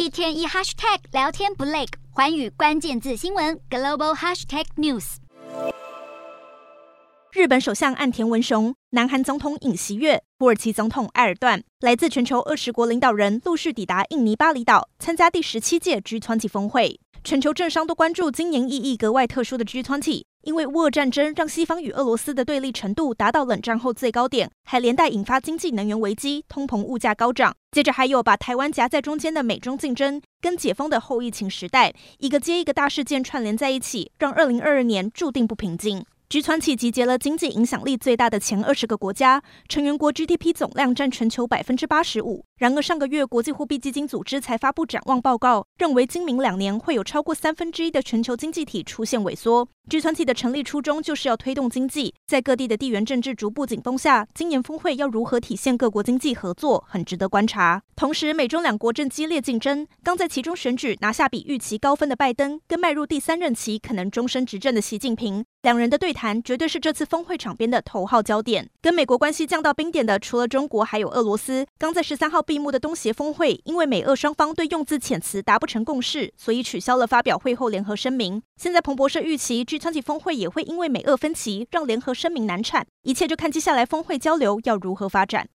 一天一 hashtag 聊天不累，寰宇关键字新闻 global hashtag news。 日本首相岸田文雄、南韩总统尹锡悦、土耳其总统埃尔段，来自全球20国领导人陆续抵达印尼巴厘岛，参加第17届 G20 峰会。全球政商都关注今年意义格外特殊的 G20， 因为乌俄战争让西方与俄罗斯的对立程度达到冷战后最高点，还连带引发经济能源危机，通膨物价高涨。接着还有把台湾夹在中间的美中竞争，跟解封的后疫情时代，一个接一个大事件串联在一起，让2022年注定不平静。G20 集结了经济影响力最大的前20个国家，成员国 GDP 总量占全球85%。然而上个月，国际货币基金组织才发布展望报告，认为今明2年会有超过1/3的全球经济体出现萎缩。G20 的成立初衷就是要推动经济，在各地的地缘政治逐步紧绷下，今年峰会要如何体现各国经济合作，很值得观察。同时，美中两国正激烈竞争，刚在其中选举拿下比预期高分的拜登，跟迈入第3任期可能终身执政的习近平，两人的对谈绝对是这次峰会场边的头号焦点。跟美国关系降到冰点的，除了中国，还有俄罗斯。刚在13号闭幕的东协峰会，因为美俄双方对用字遣词达不成共识，所以取消了发表会后联合声明。现在彭博社预期 G20 峰会也会因为美俄分歧，让联合声明难产。一切就看接下来峰会交流要如何发展。